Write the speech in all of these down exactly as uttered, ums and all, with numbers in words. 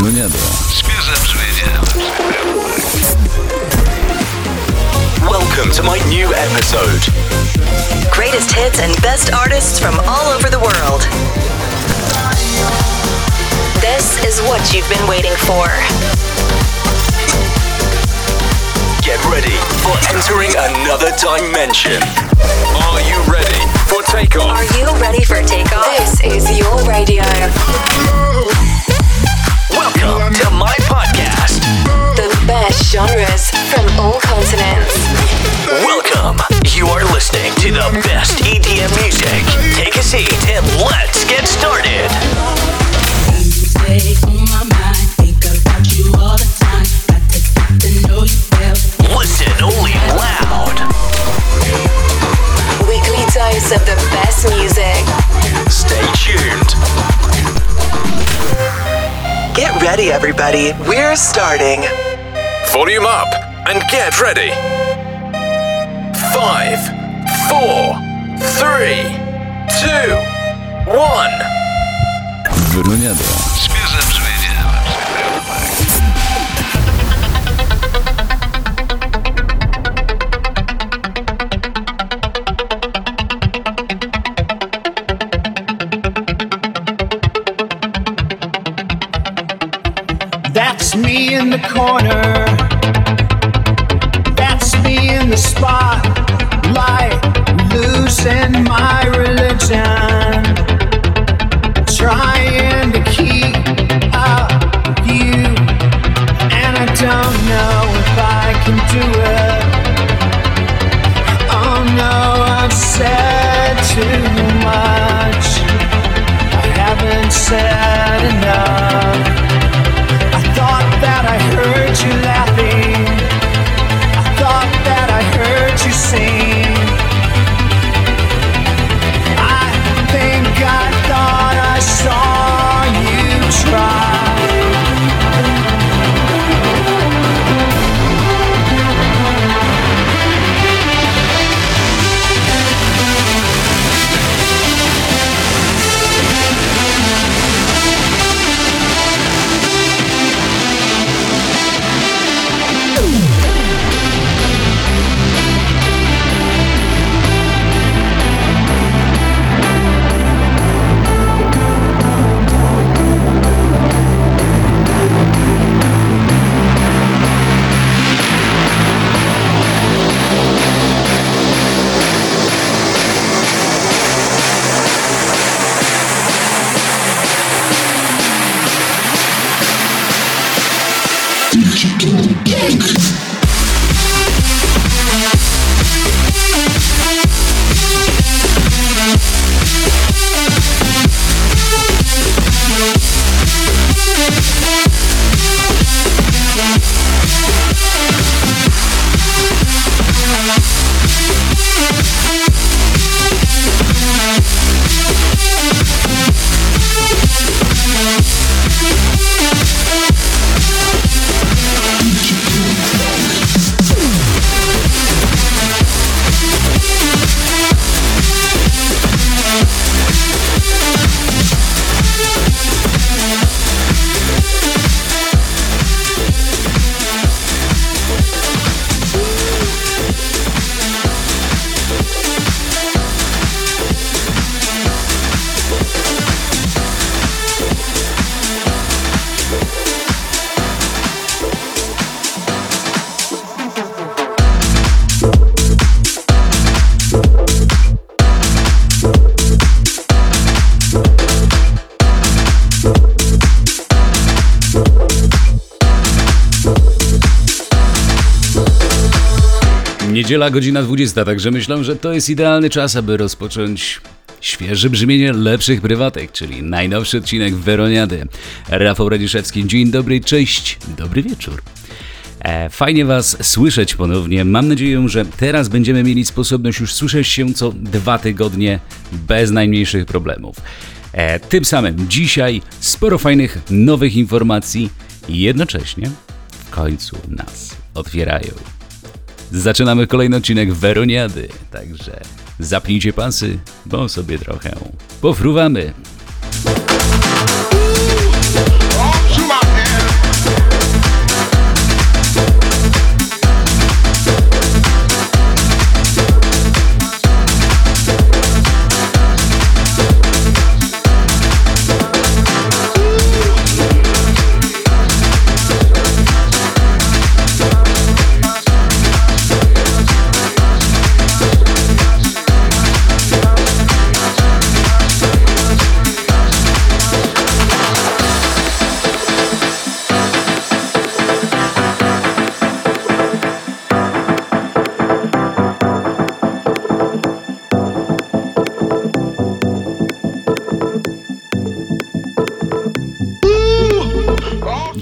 Weroniada. Świeże brzmienie. Welcome to my new episode. Greatest hits and best artists from all over the world. This is what you've been waiting for. Get ready for entering another dimension. Are you ready for takeoff? Are you ready for takeoff? This is your radio. Welcome to my podcast. The best genres from all continents. Welcome. You are listening to the best E D M music. Take a seat and let's get started. Listen only loud. Weekly dose of the best music. Stay tuned. Get ready, everybody. We're starting. Volume up and get ready. Five, four, three, two, one. Weroniada. Świeże brzmienie. That's me in the corner. That's me in the spotlight, losing my religion, trying to keep up with you, and I don't know if I can do it. Oh no, I've said too much. I haven't said enough. Thought that I heard you laughing. I thought that I heard you sing. I think I thought I saw you try. Niedziela, godzina dwudziesta, także myślę, że to jest idealny czas, aby rozpocząć świeże brzmienie lepszych prywatek, czyli najnowszy odcinek Weroniady. Rafał Radziszewski, dzień dobry, cześć, dobry wieczór. E, fajnie Was słyszeć ponownie. Mam nadzieję, że teraz będziemy mieli sposobność już słyszeć się co dwa tygodnie bez najmniejszych problemów. E, tym samym dzisiaj sporo fajnych nowych informacji i jednocześnie w końcu nas otwierają. Zaczynamy kolejny odcinek Weroniady, także zapnijcie pasy, bo sobie trochę pofruwamy. To my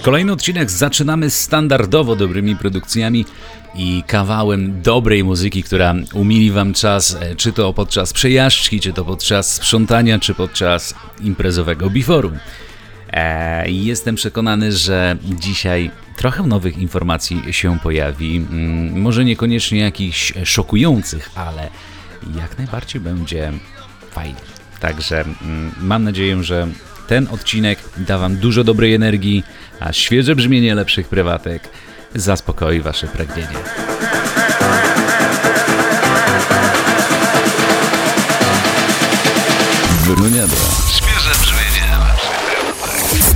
Kolejny odcinek zaczynamy standardowo dobrymi produkcjami i kawałem dobrej muzyki, która umili wam czas, czy to podczas przejażdżki, czy to podczas sprzątania, czy podczas imprezowego biforu. Eee, jestem przekonany, że dzisiaj trochę nowych informacji się pojawi, mm, może niekoniecznie jakichś szokujących, ale jak najbardziej będzie fajnie. Także mm, mam nadzieję, że ten odcinek da wam dużo dobrej energii, a świeże brzmienie lepszych prywatek zaspokoi wasze pragnienie. Weroniada. Świeże brzmienie lepszych prywatek.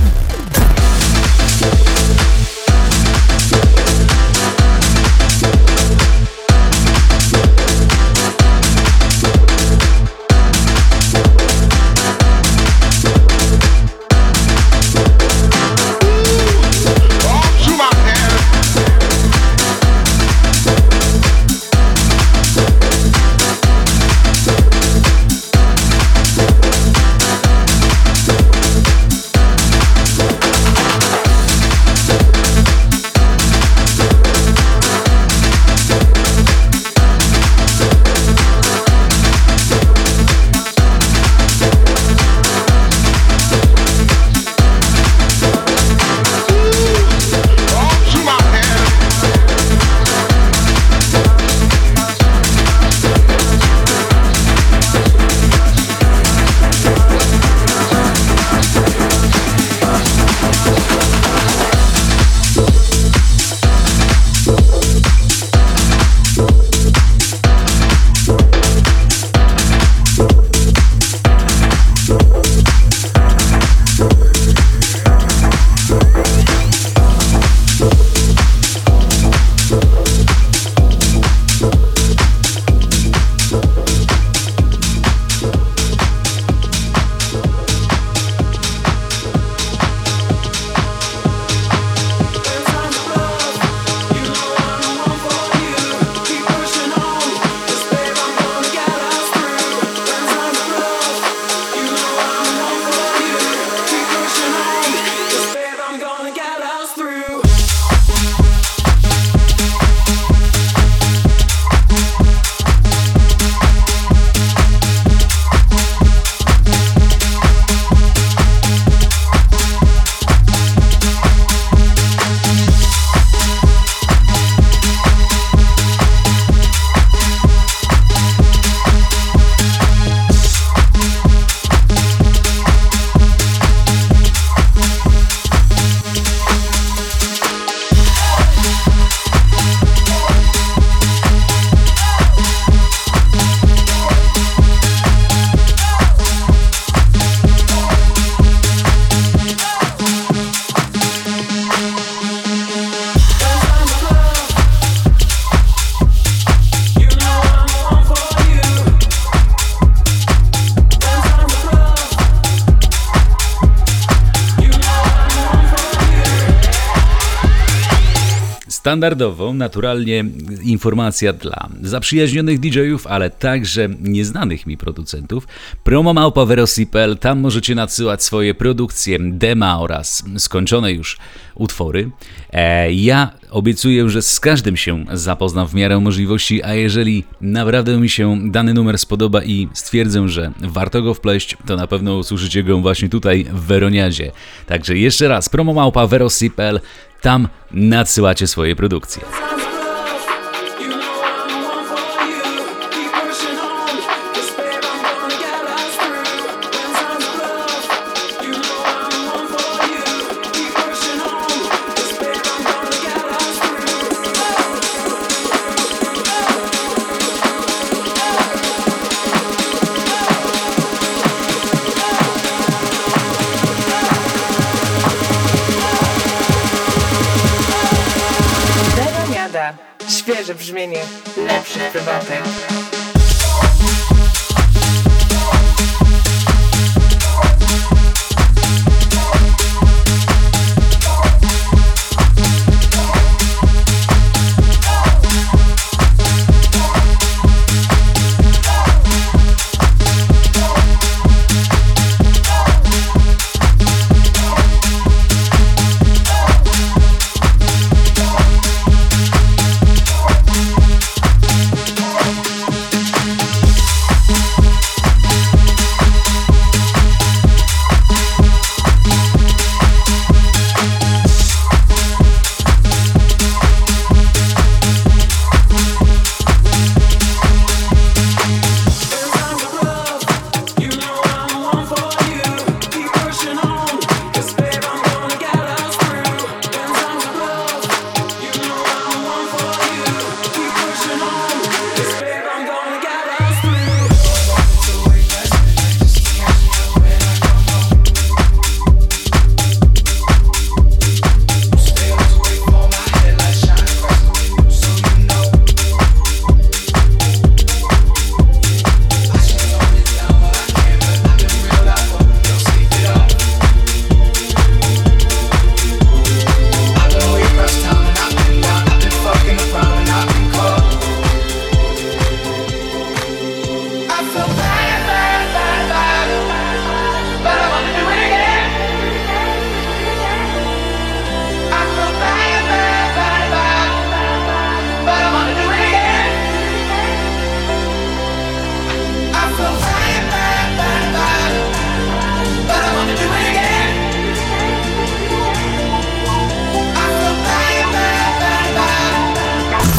Standardowo, naturalnie informacja dla zaprzyjaźnionych didżejów, ale także nieznanych mi producentów. Promo małpa werosi kropka p l, tam możecie nadsyłać swoje produkcje, dema oraz skończone już utwory. E, ja obiecuję, że z każdym się zapoznam w miarę możliwości, a jeżeli naprawdę mi się dany numer spodoba i stwierdzę, że warto go wpleść, to na pewno usłyszycie go właśnie tutaj w Weroniadzie. Także jeszcze raz, promo małpa werosi kropka p l, tam nadsyłacie swoje produkcje. Świeże brzmienie lepszych prywatek.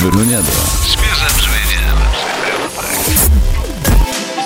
Weroniado. Świeże brzmienie lepszych radiowek.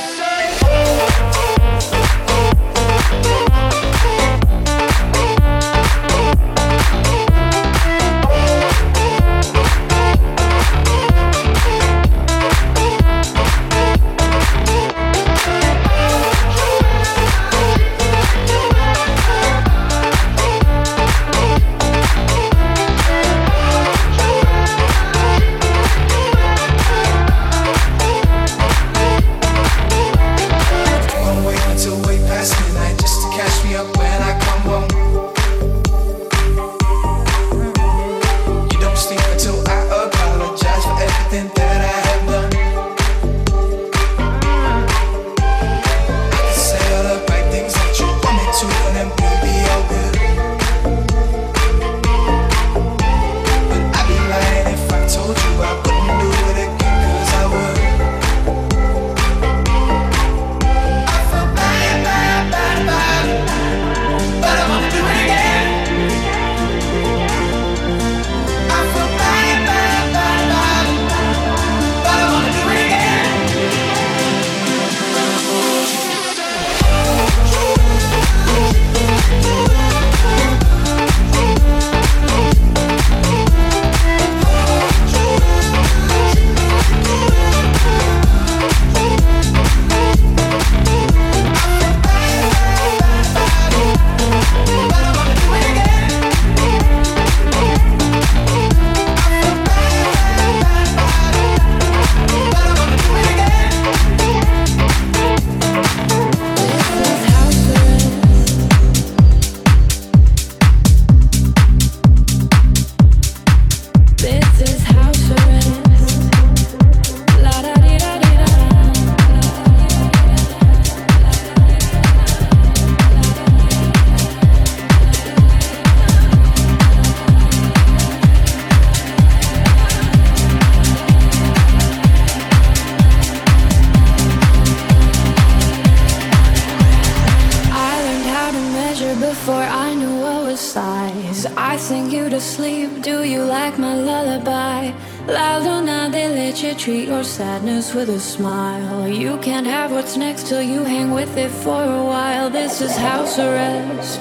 Before I knew what was size, I sing you to sleep. Do you like my lullaby? La luna de leche, treat your sadness with a smile. You can't have what's next till you hang with it for a while. This is house arrest.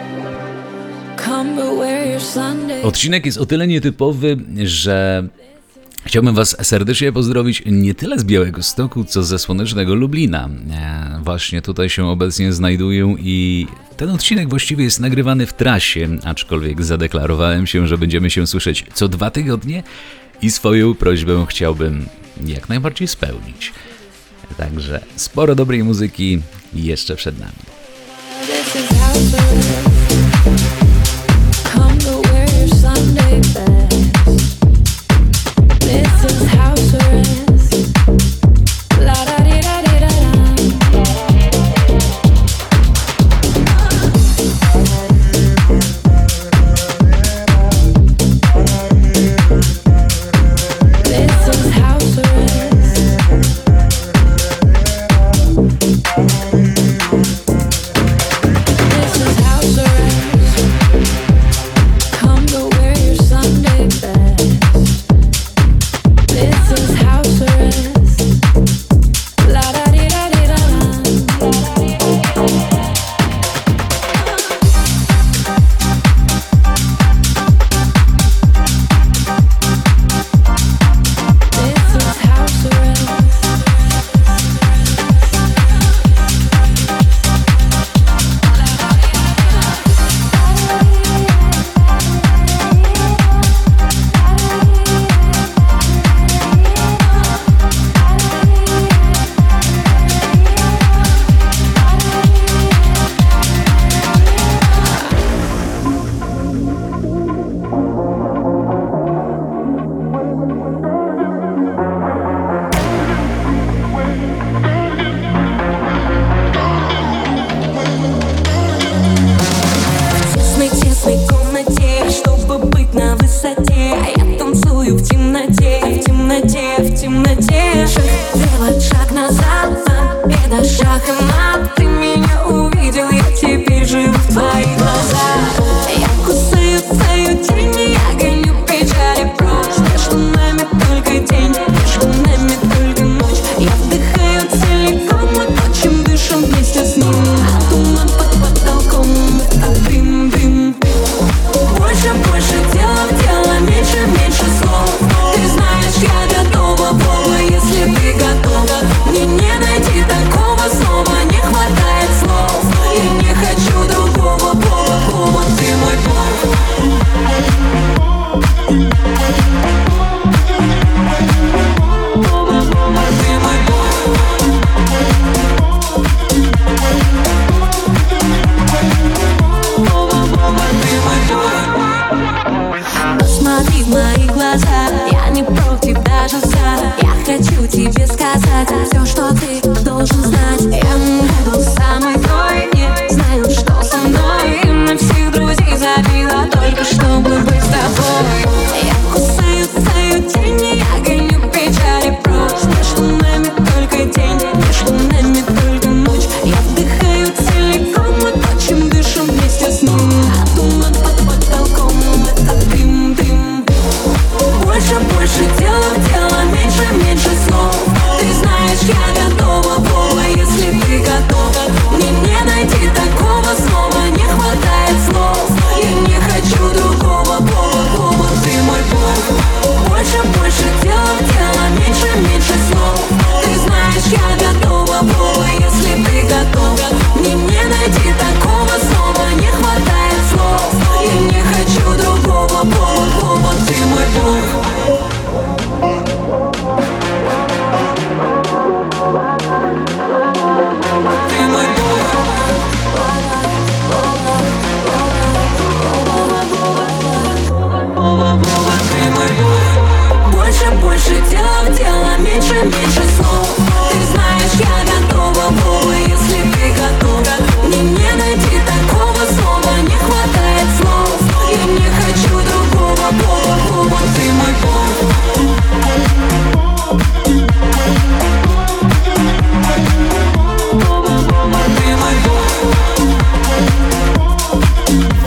Come but wear your Sunday. Odcinek jest o tyle nietypowy, że chciałbym Was serdecznie pozdrowić nie tyle z Białegostoku, co ze słonecznego Lublina. E, właśnie tutaj się obecnie znajduję i ten odcinek właściwie jest nagrywany w trasie, aczkolwiek zadeklarowałem się, że będziemy się słyszeć co dwa tygodnie i swoją prośbę chciałbym jak najbardziej spełnić. Także sporo dobrej muzyki jeszcze przed nami. This is house arrest. Come but wear your Sunday best. This is house arrest. La da di da di da da. This is house arrest. This is house arrest.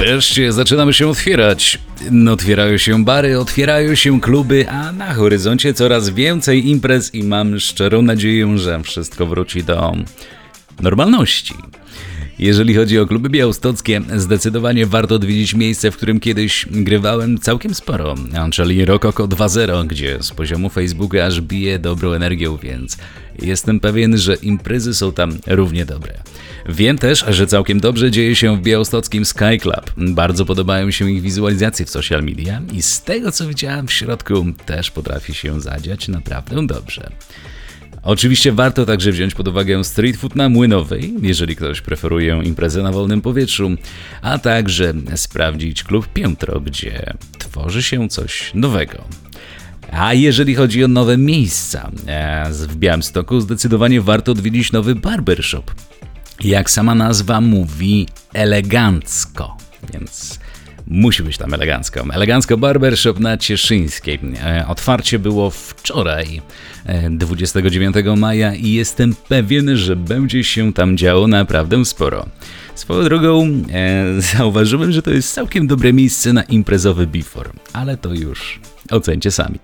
Wreszcie zaczynamy się otwierać. No, otwierają się bary, otwierają się kluby, a na horyzoncie coraz więcej imprez i mam szczerą nadzieję, że wszystko wróci do normalności. Jeżeli chodzi o kluby białostockie, zdecydowanie warto odwiedzić miejsce, w którym kiedyś grywałem całkiem sporo, czyli Rokoko dwa zero, gdzie z poziomu Facebooka aż bije dobrą energią, więc jestem pewien, że imprezy są tam równie dobre. Wiem też, że całkiem dobrze dzieje się w białostockim Sky Club. Bardzo podobają się ich wizualizacje w social media i z tego co widziałem w środku też potrafi się zadziać naprawdę dobrze. Oczywiście warto także wziąć pod uwagę street food na Młynowej, jeżeli ktoś preferuje imprezę na wolnym powietrzu, a także sprawdzić klub Piętro, gdzie tworzy się coś nowego. A jeżeli chodzi o nowe miejsca, w Białymstoku zdecydowanie warto odwiedzić nowy barbershop. Jak sama nazwa mówi, elegancko, więc musi być tam elegancko. Elegancko Barbershop na Cieszyńskiej. Otwarcie było wczoraj, dwudziestego dziewiątego maja i jestem pewien, że będzie się tam działo naprawdę sporo. Swoją drogą e, zauważyłem, że to jest całkiem dobre miejsce na imprezowy before, ale to już ocencie sami.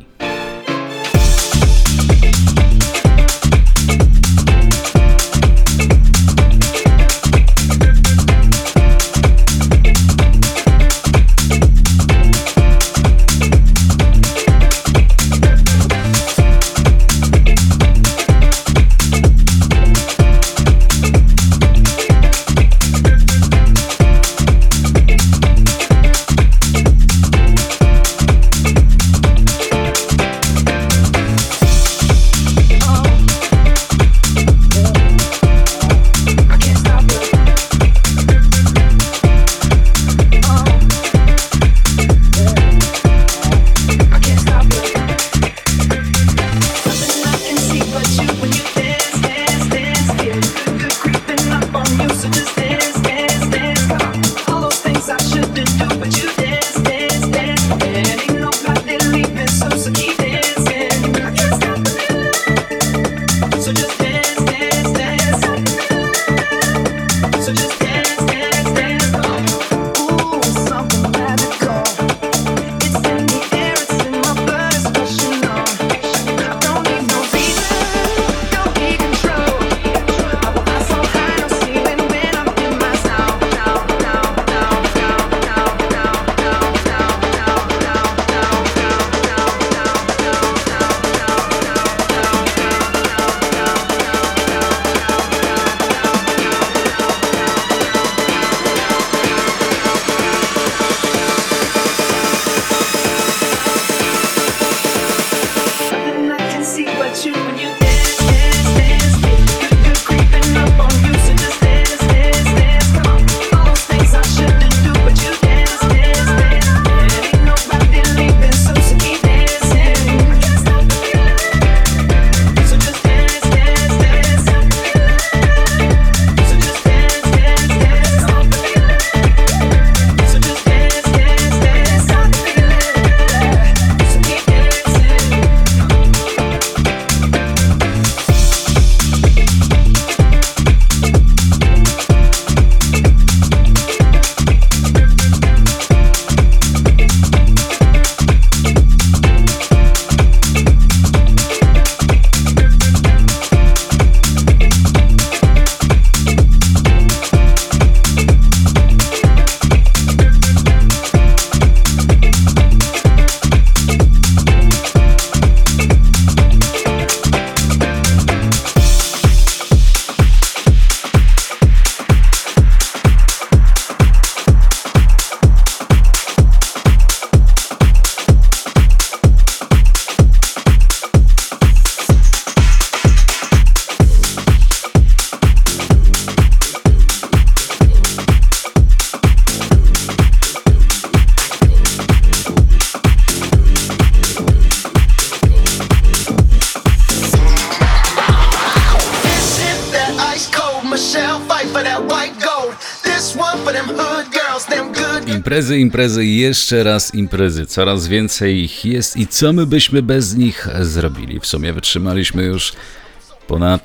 Imprezy, imprezy i jeszcze raz imprezy. Coraz więcej ich jest i co my byśmy bez nich zrobili? W sumie wytrzymaliśmy już ponad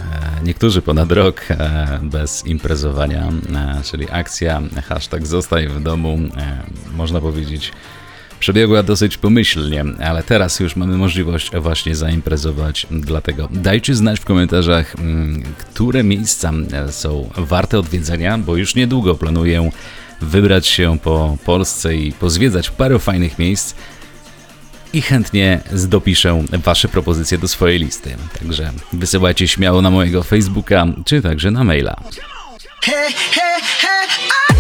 niektórzy ponad rok bez imprezowania, czyli akcja hashtag zostaj w domu, można powiedzieć, przebiegła dosyć pomyślnie, ale teraz już mamy możliwość właśnie zaimprezować, dlatego dajcie znać w komentarzach, które miejsca są warte odwiedzenia, bo już niedługo planuję wybrać się po Polsce i pozwiedzać parę fajnych miejsc i chętnie dopiszę wasze propozycje do swojej listy. Także wysyłajcie śmiało na mojego Facebooka, czy także na maila. Hey, hey, hey,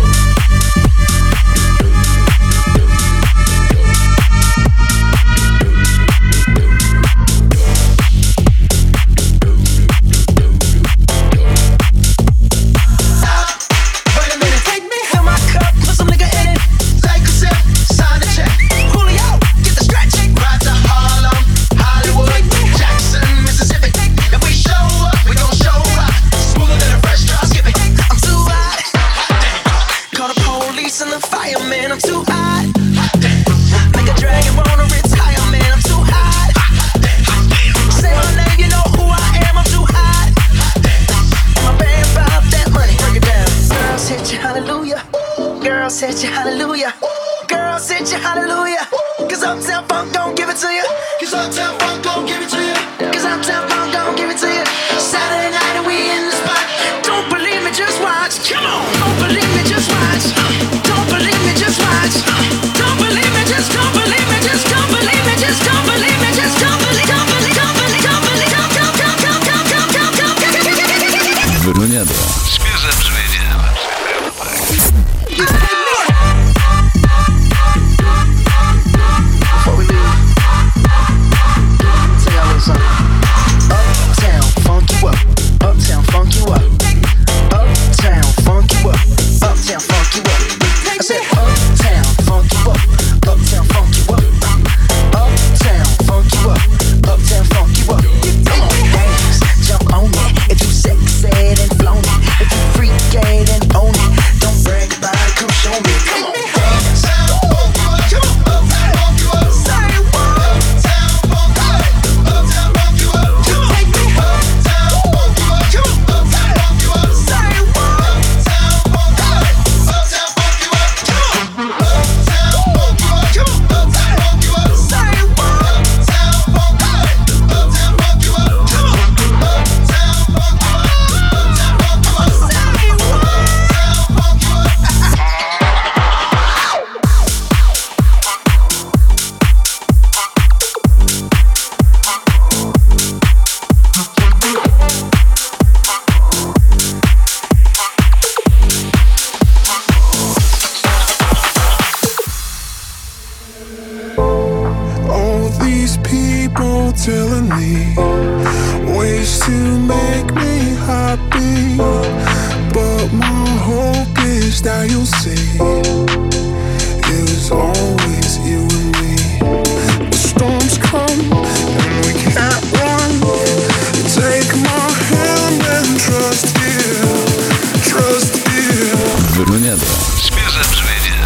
Said you hallelujah. Girl, said you hallelujah. Cause Uptown Funk gon' give it to you. Cause Uptown Funk gon' give it to you. Cause Uptown Funk gon' give it to you. Saturday night and we in the spot. Don't believe me, just watch. Come on. Don't believe me, just watch. Don't believe me, just watch. Don't believe me, just don't believe me, just don't believe me, just don't believe me, just don't believe, don't believe, don't believe, don't believe, don't, don't, don't, don't, don't, don't, don't, don't, Wyroniado. Świeże brzmienie. Uptown funk you up. Uptown funk you up. Uptown funk you up. Uptown funk you up. I said uptown funk you up. Uptown funk you up. Uptown funk you up. Uptown funk you up. Come on, dance, jump on it. If you sexed and flown it, if you freaked and own it, don't brag about it. Come show me. Come on, dance. Telling me ways to make me happy, but my hope is that you'll see it was always you and me. The storms come and we can't run. Take my hand and trust you, trust you. Wyroniado. Świeże brzmienie.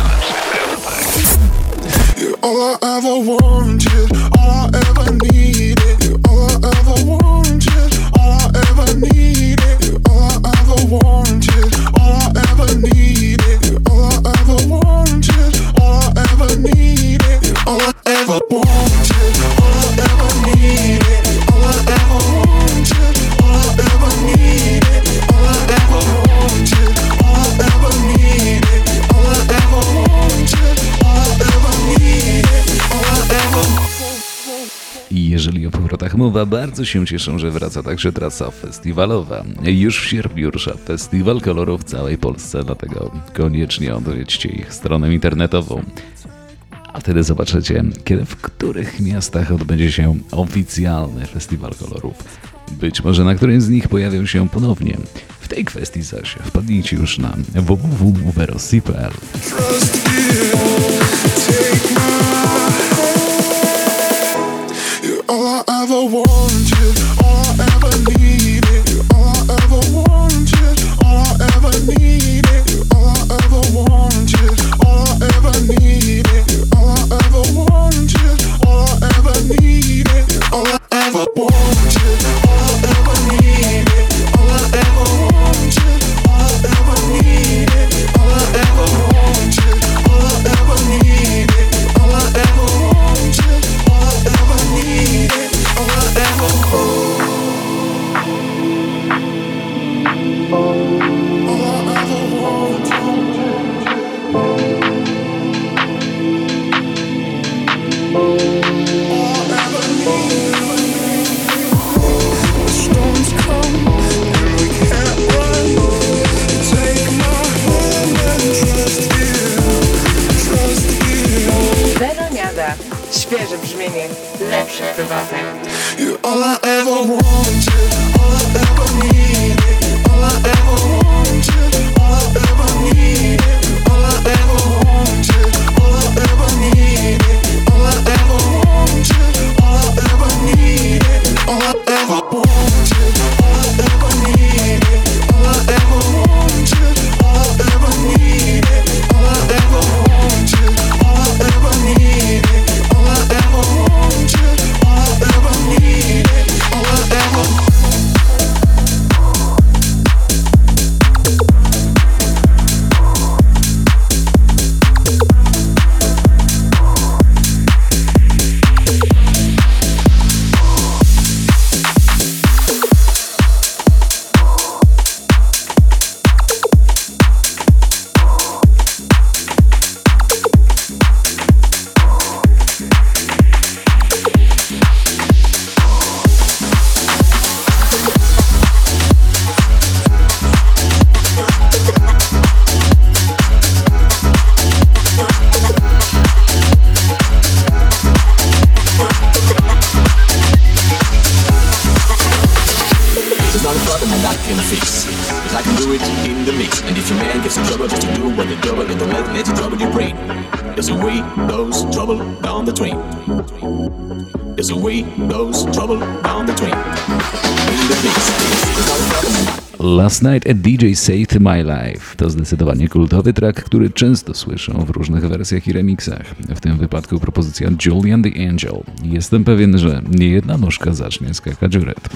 You're all I ever wanted, all I ever needed. You're all I ever wanted, all I ever needed. You're all I ever wanted, all I ever needed. You're all I ever wanted, all I ever needed. You're all I ever wanted, all I ever needed. You're all I ever wanted, all I ever needed. You're all I ever wanted, all I ever needed. You're all I ever wanted, all I ever needed. All I ever. I jeżeli o powrotach mowa, bardzo się cieszę, że wraca także trasa festiwalowa. Już w sierpniu rusza Festiwal Kolorów w całej Polsce, dlatego koniecznie odwiedźcie ich stronę internetową. A wtedy zobaczycie, kiedy w których miastach odbędzie się oficjalny Festiwal Kolorów. Być może na którymś z nich pojawią się ponownie. W tej kwestii zaś wpadnijcie już na w w w kropka werosi kropka p l. All I ever wanted, all I ever needed. You're all I ever wanted, all I ever needed. You're all I ever wanted, all I ever needed. You're all I ever wanted, all I ever needed. You're all I ever wanted, all I ever needed. Świeże brzmienie, lepszy prywatek. You're all I ever wanted, all I ever needed, all I ever wanted, all I ever needed, all I ever wanted, all I ever needed, all I ever wanted, all I ever needed, all I ever wanted, all I ever needed, all I ever wanted, all I ever needed, all I ever wanted, all I ever needed, all I ever wanted, all I ever needed, all I ever. Last Night a D J Saved My Life to zdecydowanie kultowy track, który często słyszę w różnych wersjach i remixach. W tym wypadku propozycja Julian the Angel. Jestem pewien, że nie jedna nóżka zacznie skakać w rytm.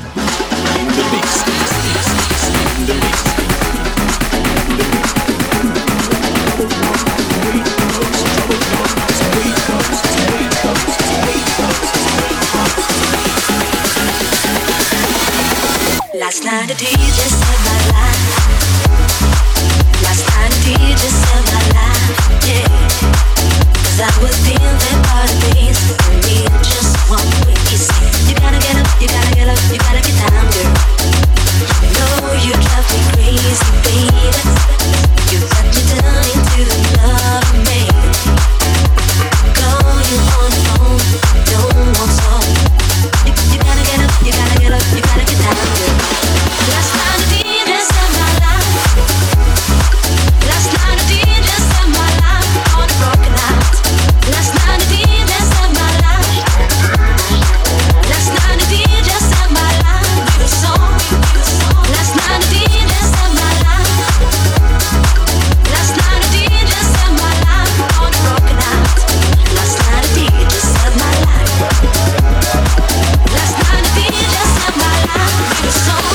Last night a D J saved my life. Last night a D J saved my life, yeah. 'Cause I was feeling part of this. I need just one way. You say, you gotta get up, you gotta get up, you gotta get down, girl. You know you drive me crazy, baby. You got me down into the love of me. Call you on the phone, don't want some. You, you gotta get up, you gotta get up, you gotta get down, girl. Last night a D J saved my life. Last night a D J saved my life on a broken heart. Last night a D J saved my life. Last night a D J saved my life with a song. Last night a D J saved my life. Last night a D J saved my life on a broken heart. Last night a D J saved my life. Last night a D J saved my life with a song.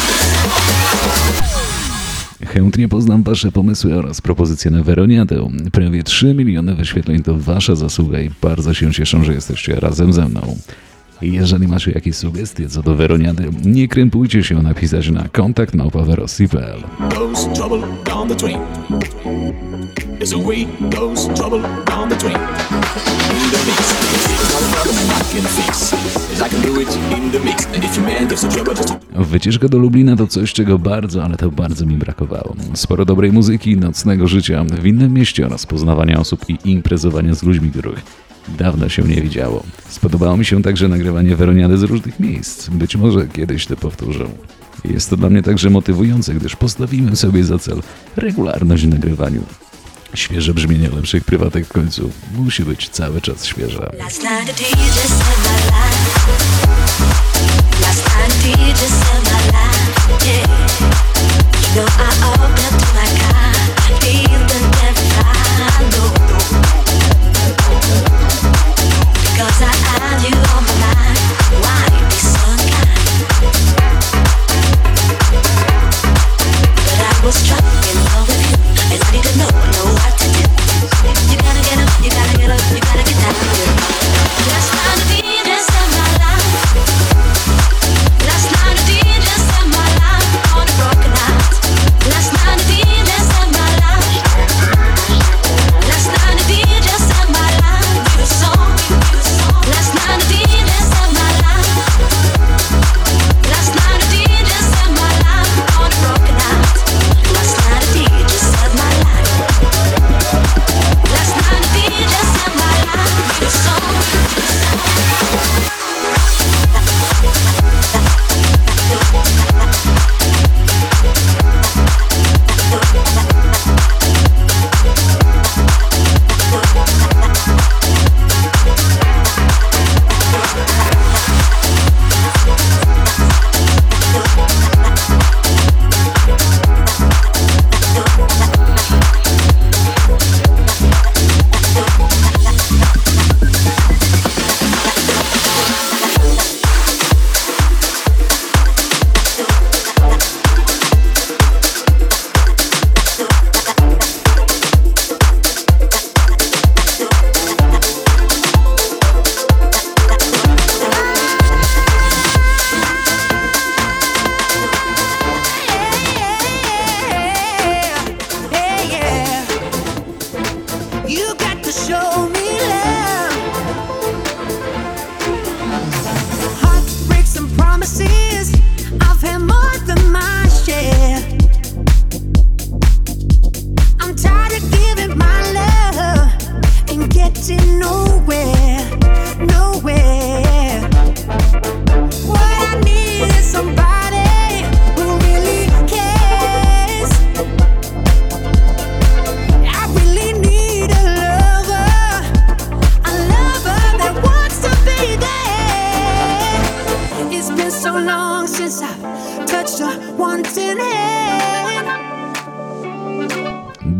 Chętnie poznam Wasze pomysły oraz propozycje na Weroniadę. Prawie trzy miliony wyświetleń to Wasza zasługa i bardzo się cieszę, że jesteście razem ze mną. Jeżeli macie jakieś sugestie co do Weroniady, nie krępujcie się napisać na kontakt małpa werossi kropka p l. Wycieczka do Lublina to coś, czego bardzo, ale to bardzo mi brakowało. Sporo dobrej muzyki, nocnego życia w innym mieście oraz poznawania osób i imprezowania z ludźmi, których dawno się nie widziało. Spodobało mi się także nagrywanie Weroniady z różnych miejsc. Być może kiedyś to powtórzę. Jest to dla mnie także motywujące, gdyż postawimy sobie za cel regularność w nagrywaniu. Świeże brzmienie lepszych prywatek w końcu musi być cały czas świeże. Last night a D J saved my life. Last night a D J saved my life, yeah. You know I opened up to my car, feeling terrified, no. Because I had you on my mind, why you be so unkind? But I was struck in love with you, and I didn't know, know what to do. You gotta get up, you gotta get up, you gotta get down, girl. Last night a D J saved my life. Last night a D J saved my life on a broken heart. Last night a D J saved my life.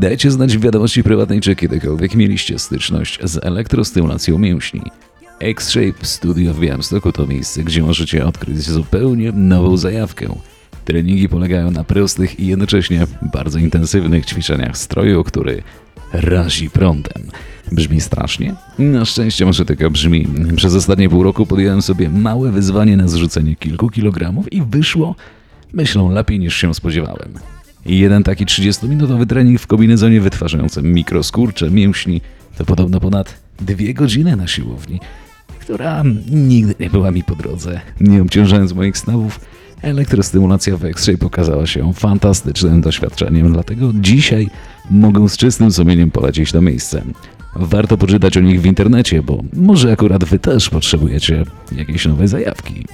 Dajcie znać w wiadomości prywatnej, czy kiedykolwiek mieliście styczność z elektrostymulacją mięśni. X-Shape Studio w Białymstoku to miejsce, gdzie możecie odkryć zupełnie nową zajawkę. Treningi polegają na prostych i jednocześnie bardzo intensywnych ćwiczeniach stroju, który razi prądem. Brzmi strasznie? Na szczęście może tylko brzmi. Przez ostatnie pół roku podjąłem sobie małe wyzwanie na zrzucenie kilku kilogramów i wyszło, myślę, lepiej niż się spodziewałem. Jeden taki trzydziestominutowy trening w kombinezonie wytwarzającym mikroskurcze mięśni to podobno ponad dwie godziny na siłowni, która nigdy nie była mi po drodze. Nie obciążając moich stawów, elektrostymulacja w X-Shape okazała się fantastycznym doświadczeniem, dlatego dzisiaj mogę z czystym sumieniem polecić to miejsce. Warto poczytać o nich w internecie, bo może akurat wy też potrzebujecie jakiejś nowej zajawki.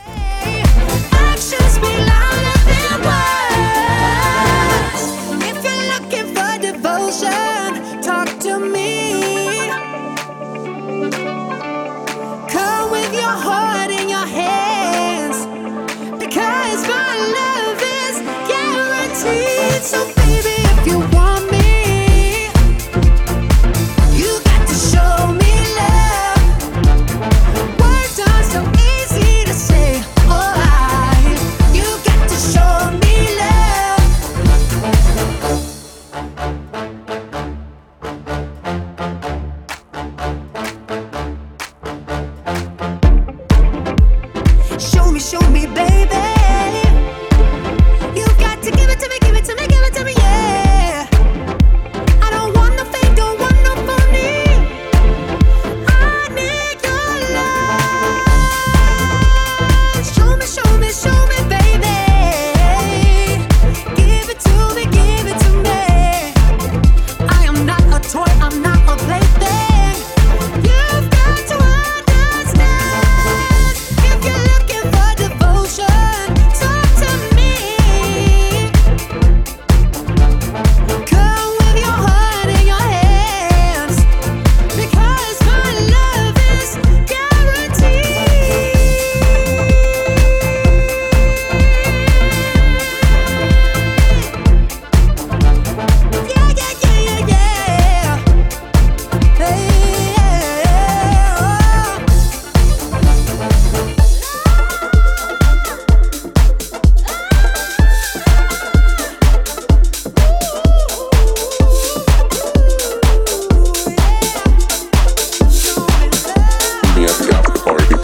So baby, if you want me, you got to show me love. Words are so easy to say, oh I, you got to show me love. Show me, show me, baby. You got to give it to me, give it to me, give it to me, yeah. I don't want no fake, don't want no phony. I need your love. Show me, show me, show me, baby. Give it to me, give it to me. I am not a toy, I'm not a plaything. You've got to understand. If you're looking for devotion, talk to me. Come with your heart in your hands, because my love is guaranteed. Yeah, yeah, yeah, yeah, yeah. Hey, yeah. Me at the after party.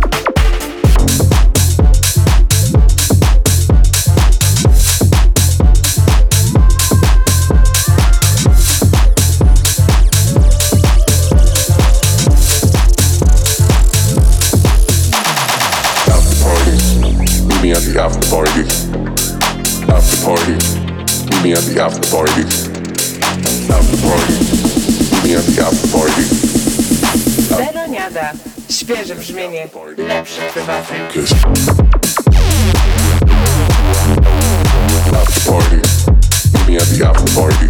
After party. Meet me at the after party. After party. Meet me at the after party. After party. Meet me at the after party. Veroniada. Świeże brzmienie, lepszy prywatek. Kiss. After party. Meet me at the after party.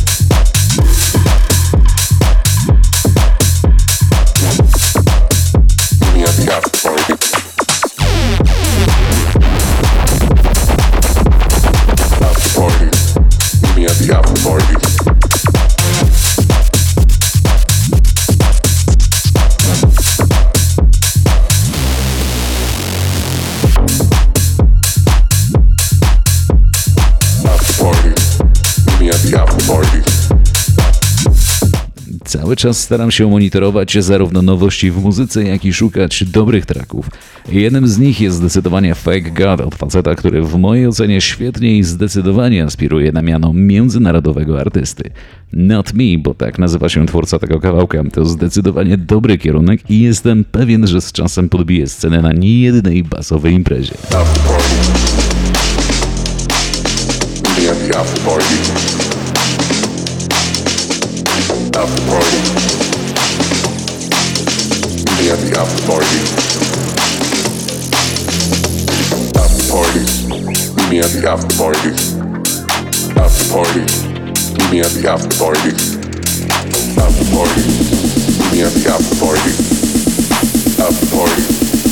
Meet me at the after party. After party. Meet me at the after party. After party. Meet me at the after party. Cały czas staram się monitorować zarówno nowości w muzyce, jak i szukać dobrych tracków. Jednym z nich jest zdecydowanie Fake God od faceta, który w mojej ocenie świetnie i zdecydowanie aspiruje na miano międzynarodowego artysty. Not Me, bo tak nazywa się twórca tego kawałka, to zdecydowanie dobry kierunek i jestem pewien, że z czasem podbije scenę na niejednej basowej imprezie. After party. Meet me at the after party. After party. Meet me at the after party. After party. Meet me at the after party. After party. Meet me at the after party. After party. Meet me at the after party. After party.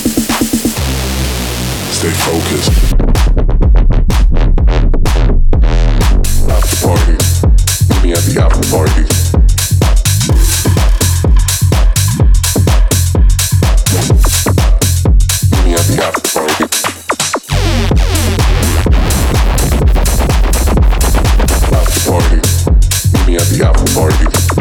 Stay focused. After party. Meet me at the the after party. Meet me at the after party. After party. Meet me at the after party.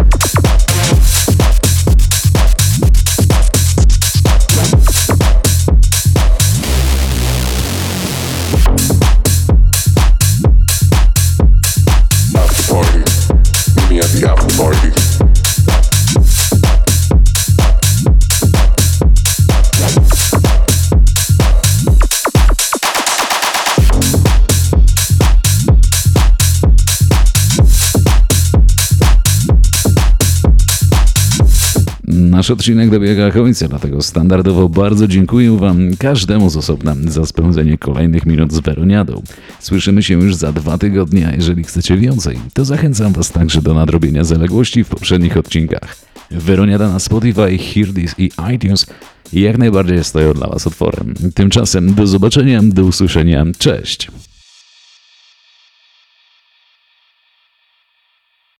Nasz odcinek dobiega końca, dlatego standardowo bardzo dziękuję Wam każdemu z osobna za spędzenie kolejnych minut z Weroniadą. Słyszymy się już za dwa tygodnie, a jeżeli chcecie więcej, to zachęcam Was także do nadrobienia zaległości w poprzednich odcinkach. Weroniada na Spotify, Hear This i iTunes jak najbardziej stoją dla Was otworem. Tymczasem do zobaczenia, do usłyszenia, cześć!